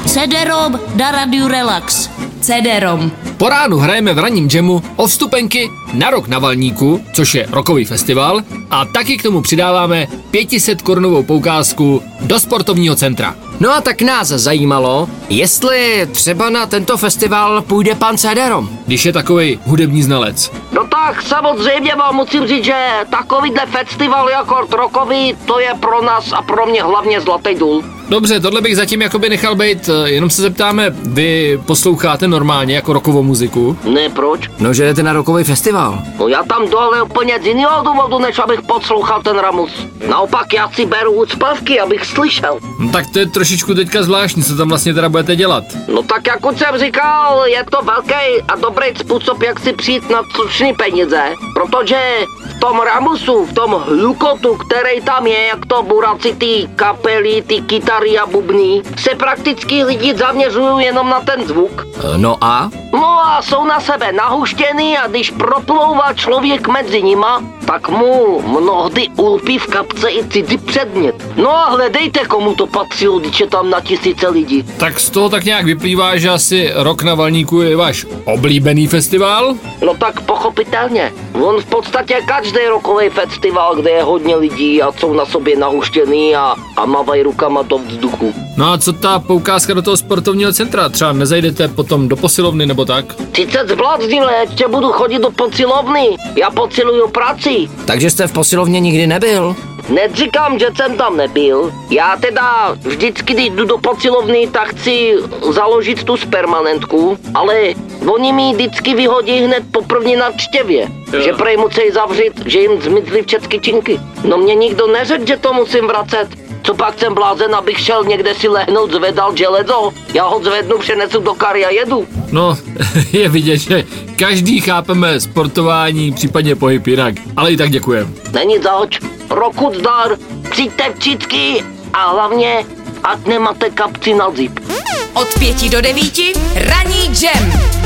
CD-ROM na Radio Relax. CD-ROM. Po ránu hrajeme v ranním džemu o vstupenky na Rok na Valníku, což je rokový festival, a taky k tomu přidáváme 500 korunovou poukázku do sportovního centra. No a tak nás zajímalo, jestli třeba na tento festival půjde pan CD-ROM. Když je takovej hudební znalec. No tak samozřejmě vám musím říct, že takovýhle festival jako rokový, to je pro nás a pro mě hlavně zlatý důl. Dobře, tohle bych zatím jakoby nechal být, jenom se zeptáme, vy posloucháte normálně jako rokovou muziku? Ne, proč? No, že jdete na rokový festival. No já tam jdu ale úplně z jiného důvodu, než abych poslouchal ten ramus. Naopak já si beru úcpavky, abych slyšel. No tak to je trošičku teďka zvláštní, co tam vlastně teda budete dělat? No tak jak už jsem říkal, je to velký a dobrý způsob, jak si přijít na slušný peníze, protože v tom ramusu, v tom hlukotu, který tam je, jak to buraci ty kapely, ty kytary a bubny, se prakticky lidi zaměřují jenom na ten zvuk. No a? No a jsou na sebe nahuštěný a když proplouvá člověk mezi nima, tak mu mnohdy ulpí v kapce i cizí předmět. No a hledejte, komu to patřilo, když je tam na tisíce lidí. Tak z toho tak nějak vyplývá, že asi Rok na Valníku je váš oblíbený festival? No tak pochopitelně. On v podstatě každý rokový festival, kde je hodně lidí a jsou na sobě nahuštěný a mavají rukama do vzduchu. No a co ta poukázka do toho sportovního centra? Třeba nezajdete potom do posilovny nebo tak? Sice zbláznile, ještě budu chodit do posilovny. Já posiluju práci. Takže jste v posilovně nikdy nebyl? Neříkám, že jsem tam nebyl. Já teda vždycky, když jdu do posilovny, tak chci založit tu permanentku, ale oni mi vždycky vyhodí hned po první návštěvě. Že prej musí zavřít, že jim zmizly všechny činky. No mě nikdo neřekl, že to musím vracet. Co pak jsem blázen, abych šel někde si lehnout, zvedal železo. Já ho zvednu, přenesu do kary a jedu. No, je vidět, že každý chápeme sportování, případně pohyb jinak. Ale i tak děkujem. Není zač. Roku zdar, přijďte všichni a hlavně, ať nemáte kapci na zip. Od 5 do 9 ranní džem.